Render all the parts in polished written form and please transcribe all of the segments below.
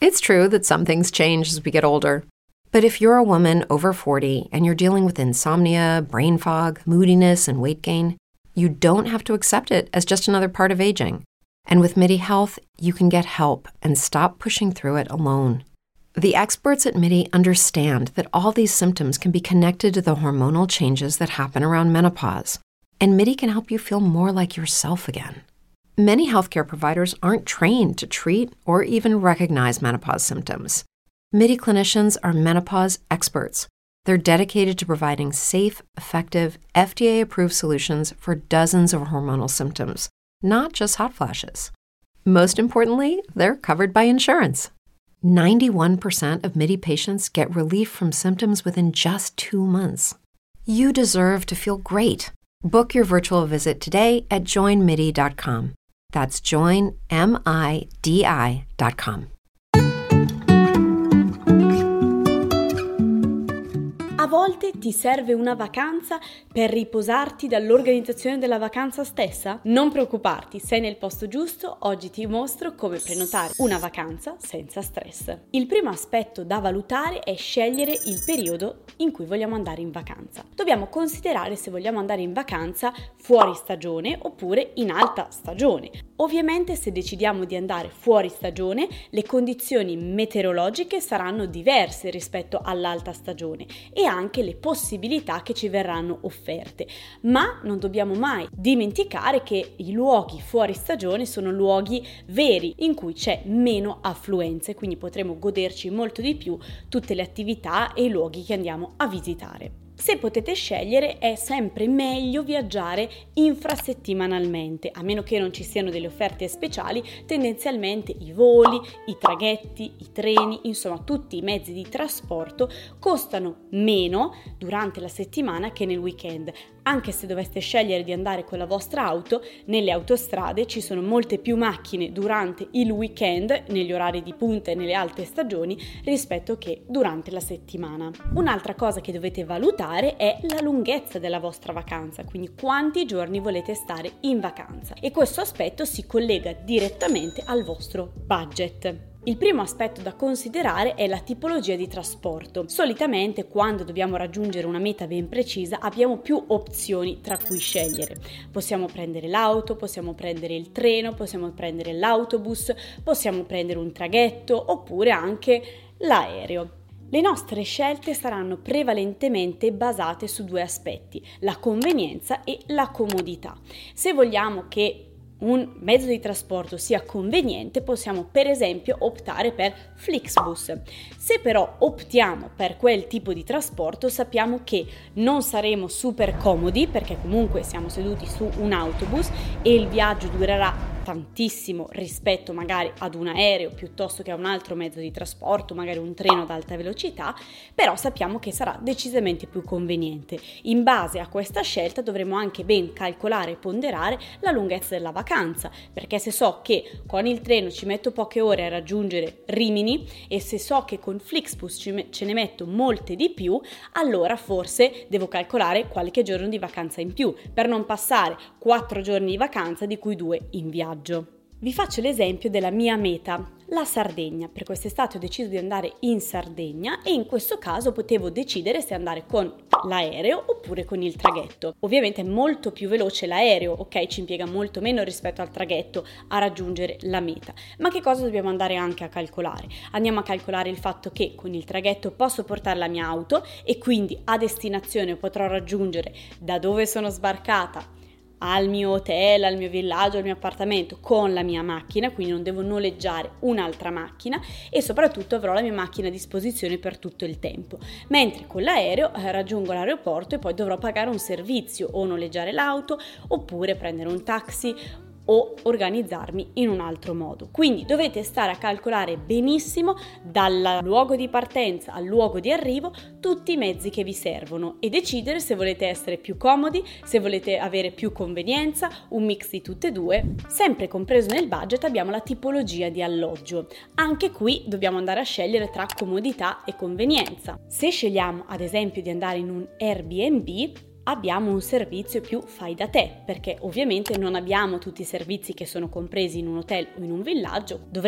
It's true that some things change as we get older. But if you're a woman over 40 and you're dealing with insomnia, brain fog, moodiness, and weight gain, you don't have to accept it as just another part of aging. And with MIDI Health, you can get help and stop pushing through it alone. The experts at MIDI understand that all these symptoms can be connected to the hormonal changes that happen around menopause, and MIDI can help you feel more like yourself again. Many healthcare providers aren't trained to treat or even recognize menopause symptoms. MIDI clinicians are menopause experts. They're dedicated to providing safe, effective, FDA-approved solutions for dozens of hormonal symptoms, not just hot flashes. Most importantly, they're covered by insurance. 91% of MIDI patients get relief from symptoms within just 2 months. You deserve to feel great. Book your virtual visit today at joinmidi.com. That's joinmidi.com. A volte ti serve una vacanza per riposarti dall'organizzazione della vacanza stessa? Non preoccuparti, sei nel posto giusto. Oggi ti mostro come prenotare una vacanza senza stress. Il primo aspetto da valutare è scegliere il periodo in cui vogliamo andare in vacanza. Dobbiamo considerare se vogliamo andare in vacanza fuori stagione oppure in alta stagione. Ovviamente se decidiamo di andare fuori stagione, le condizioni meteorologiche saranno diverse rispetto all'alta stagione e anche le possibilità che ci verranno offerte, ma non dobbiamo mai dimenticare che i luoghi fuori stagione sono luoghi veri in cui c'è meno affluenze, quindi potremo goderci molto di più tutte le attività e i luoghi che andiamo a visitare. Se potete scegliere, è sempre meglio viaggiare infrasettimanalmente, a meno che non ci siano delle offerte speciali. Tendenzialmente i voli, i traghetti, i treni, insomma tutti i mezzi di trasporto costano meno durante la settimana che nel weekend. Anche se doveste scegliere di andare con la vostra auto, nelle autostrade ci sono molte più macchine durante il weekend, negli orari di punta e nelle alte stagioni, rispetto che durante la settimana. Un'altra cosa che dovete valutare è la lunghezza della vostra vacanza, quindi quanti giorni volete stare in vacanza. E questo aspetto si collega direttamente al vostro budget. Il primo aspetto da considerare è la tipologia di trasporto. Solitamente quando dobbiamo raggiungere una meta ben precisa abbiamo più opzioni tra cui scegliere. Possiamo prendere l'auto, possiamo prendere il treno, possiamo prendere l'autobus, possiamo prendere un traghetto oppure anche l'aereo. Le nostre scelte saranno prevalentemente basate su due aspetti, la convenienza e la comodità. Se vogliamo che un mezzo di trasporto sia conveniente, possiamo per esempio optare per Flixbus. Se però optiamo per quel tipo di trasporto, sappiamo che non saremo super comodi perché comunque siamo seduti su un autobus e il viaggio durerà tantissimo rispetto magari ad un aereo piuttosto che a un altro mezzo di trasporto, magari un treno ad alta velocità, però sappiamo che sarà decisamente più conveniente. In base a questa scelta dovremo anche ben calcolare e ponderare la lunghezza della vacanza, perché se so che con il treno ci metto poche ore a raggiungere Rimini e se so che con Flixbus ce ne metto molte di più, allora forse devo calcolare qualche giorno di vacanza in più per non passare 4 giorni di vacanza di cui 2 in viaggio. Vi faccio l'esempio della mia meta, la Sardegna. Per quest'estate ho deciso di andare in Sardegna e in questo caso potevo decidere se andare con l'aereo oppure con il traghetto. Ovviamente è molto più veloce l'aereo, ok? Ci impiega molto meno rispetto al traghetto a raggiungere la meta. Ma che cosa dobbiamo andare anche a calcolare? Andiamo a calcolare il fatto che con il traghetto posso portare la mia auto e quindi a destinazione potrò raggiungere da dove sono sbarcata al mio hotel, al mio villaggio, al mio appartamento con la mia macchina, quindi non devo noleggiare un'altra macchina e soprattutto avrò la mia macchina a disposizione per tutto il tempo. Mentre con l'aereo raggiungo l'aeroporto e poi dovrò pagare un servizio o noleggiare l'auto oppure prendere un taxi o organizzarmi in un altro modo. Quindi dovete stare a calcolare benissimo dal luogo di partenza al luogo di arrivo tutti i mezzi che vi servono e decidere se volete essere più comodi, se volete avere più convenienza, un mix di tutte e due. Sempre compreso nel budget abbiamo la tipologia di alloggio. Anche qui dobbiamo andare a scegliere tra comodità e convenienza. Se scegliamo ad esempio di andare in un Airbnb, abbiamo un servizio più fai da te, perché ovviamente non abbiamo tutti i servizi che sono compresi in un hotel o in un villaggio, dovremo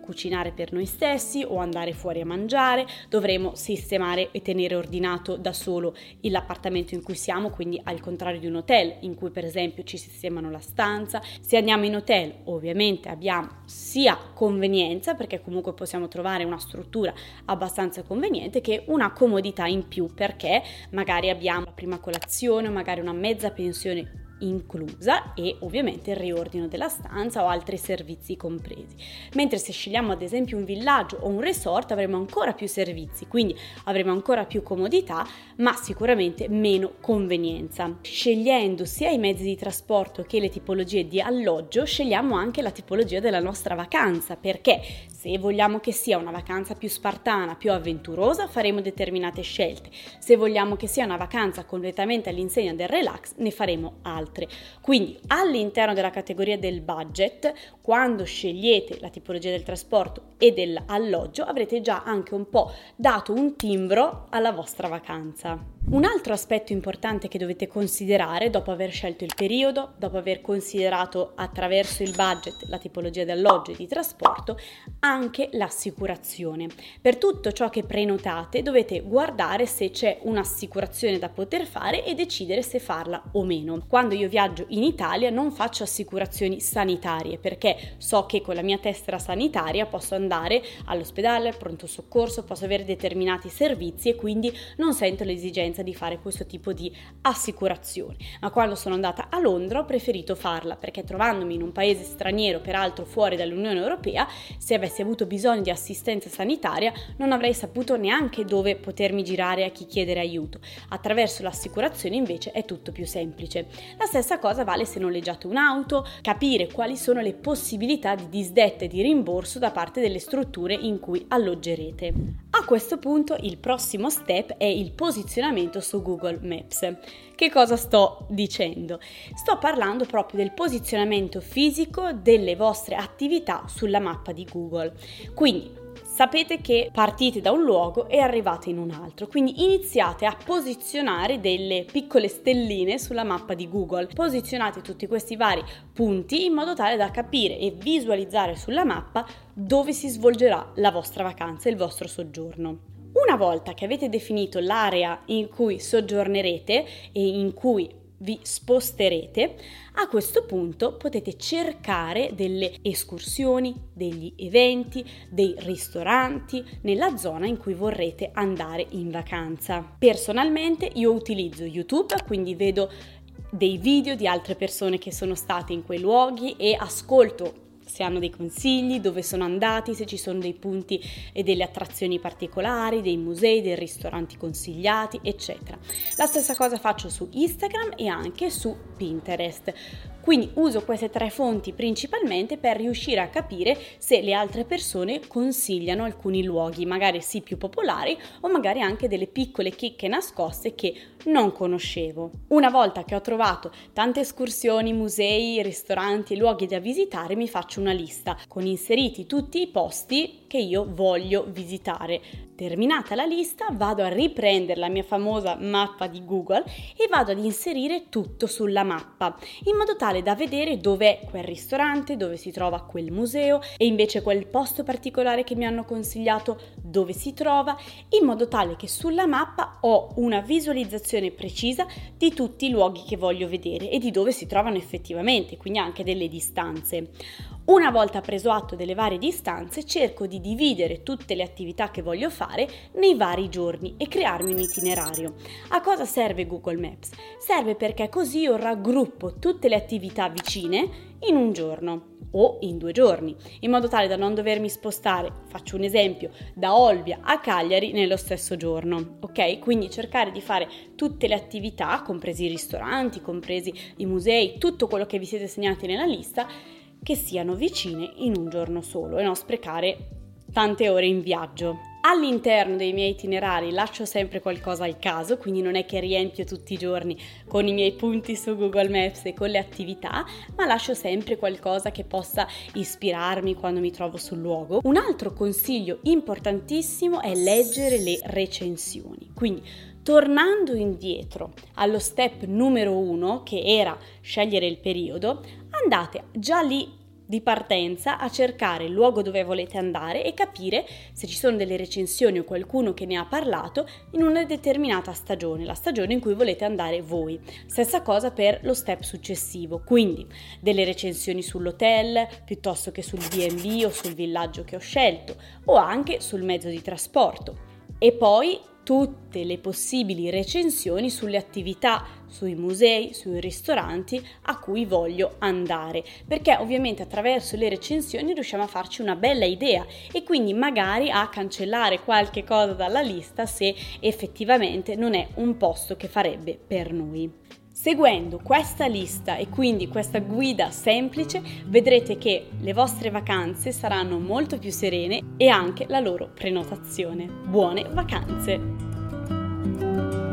cucinare per noi stessi o andare fuori a mangiare, dovremo sistemare e tenere ordinato da solo l'appartamento in cui siamo, quindi al contrario di un hotel in cui per esempio ci sistemano la stanza. Se andiamo in hotel ovviamente abbiamo sia convenienza, perché comunque possiamo trovare una struttura abbastanza conveniente, che una comodità in più, perché magari abbiamo la prima colazione o magari una mezza pensione inclusa e ovviamente il riordino della stanza o altri servizi compresi. Mentre se scegliamo ad esempio un villaggio o un resort avremo ancora più servizi, quindi avremo ancora più comodità, ma sicuramente meno convenienza. Scegliendo sia i mezzi di trasporto che le tipologie di alloggio, scegliamo anche la tipologia della nostra vacanza, perché se vogliamo che sia una vacanza più spartana, più avventurosa, faremo determinate scelte. Se vogliamo che sia una vacanza completamente all'insegna del relax, ne faremo altre. Quindi all'interno della categoria del budget, quando scegliete la tipologia del trasporto e dell'alloggio, avrete già anche un po' dato un timbro alla vostra vacanza. Un altro aspetto importante che dovete considerare dopo aver scelto il periodo, dopo aver considerato attraverso il budget la tipologia di alloggio e di trasporto, anche l'assicurazione. Per tutto ciò che prenotate dovete guardare se c'è un'assicurazione da poter fare e decidere se farla o meno. Quando io viaggio in Italia non faccio assicurazioni sanitarie, perché so che con la mia tessera sanitaria posso andare all'ospedale, al pronto soccorso, posso avere determinati servizi e quindi non sento l'esigenza di fare questo tipo di assicurazione. Ma quando sono andata a Londra ho preferito farla, perché trovandomi in un paese straniero, peraltro fuori dall'Unione Europea, se avessi avuto bisogno di assistenza sanitaria non avrei saputo neanche dove potermi girare, a chi chiedere aiuto. Attraverso l'assicurazione invece è tutto più semplice. La stessa cosa vale se noleggiate un'auto, capire quali sono le possibilità di disdetta e di rimborso da parte delle strutture in cui alloggerete. A questo punto il prossimo step è il posizionamento su Google Maps. Che cosa sto dicendo? Sto parlando proprio del posizionamento fisico delle vostre attività sulla mappa di Google. Quindi sapete che partite da un luogo e arrivate in un altro, quindi iniziate a posizionare delle piccole stelline sulla mappa di Google. Posizionate tutti questi vari punti in modo tale da capire e visualizzare sulla mappa dove si svolgerà la vostra vacanza, il vostro soggiorno. Una volta che avete definito l'area in cui soggiornerete e in cui vi sposterete, a questo punto potete cercare delle escursioni, degli eventi, dei ristoranti nella zona in cui vorrete andare in vacanza. Personalmente io utilizzo YouTube, quindi vedo dei video di altre persone che sono state in quei luoghi e ascolto se hanno dei consigli, dove sono andati, se ci sono dei punti e delle attrazioni particolari, dei musei, dei ristoranti consigliati, eccetera. La stessa cosa faccio su Instagram e anche su Pinterest. Quindi uso queste tre fonti principalmente per riuscire a capire se le altre persone consigliano alcuni luoghi, magari sì più popolari o magari anche delle piccole chicche nascoste che non conoscevo. Una volta che ho trovato tante escursioni, musei, ristoranti e luoghi da visitare, mi faccio una lista con inseriti tutti i posti che io voglio visitare. Terminata la lista, vado a riprendere la mia famosa mappa di Google e vado ad inserire tutto sulla mappa, in modo tale da vedere dov'è quel ristorante, dove si trova quel museo e invece quel posto particolare che mi hanno consigliato dove si trova, in modo tale che sulla mappa ho una visualizzazione precisa di tutti i luoghi che voglio vedere e di dove si trovano effettivamente, quindi anche delle distanze. Una volta preso atto delle varie distanze, cerco di dividere tutte le attività che voglio fare nei vari giorni e crearmi un itinerario. A cosa serve Google Maps? Serve perché così io raggruppo tutte le attività vicine in un giorno o in 2 giorni, in modo tale da non dovermi spostare, faccio un esempio, da Olbia a Cagliari nello stesso giorno, ok? Quindi cercare di fare tutte le attività, compresi i ristoranti, compresi i musei, tutto quello che vi siete segnati nella lista, che siano vicine in un giorno solo e non sprecare tante ore in viaggio. All'interno dei miei itinerari lascio sempre qualcosa al caso, quindi non è che riempio tutti i giorni con i miei punti su Google Maps e con le attività, ma lascio sempre qualcosa che possa ispirarmi quando mi trovo sul luogo. Un altro consiglio importantissimo è leggere le recensioni, quindi tornando indietro allo step numero 1, che era scegliere il periodo, andate già lì di partenza a cercare il luogo dove volete andare e capire se ci sono delle recensioni o qualcuno che ne ha parlato in una determinata stagione, la stagione in cui volete andare voi. Stessa cosa per lo step successivo, quindi delle recensioni sull'hotel piuttosto che sul B&B o sul villaggio che ho scelto o anche sul mezzo di trasporto. E poi tutte le possibili recensioni sulle attività, sui musei, sui ristoranti a cui voglio andare, perché ovviamente attraverso le recensioni riusciamo a farci una bella idea e quindi magari a cancellare qualche cosa dalla lista se effettivamente non è un posto che farebbe per noi. Seguendo questa lista e quindi questa guida semplice, vedrete che le vostre vacanze saranno molto più serene e anche la loro prenotazione. Buone vacanze!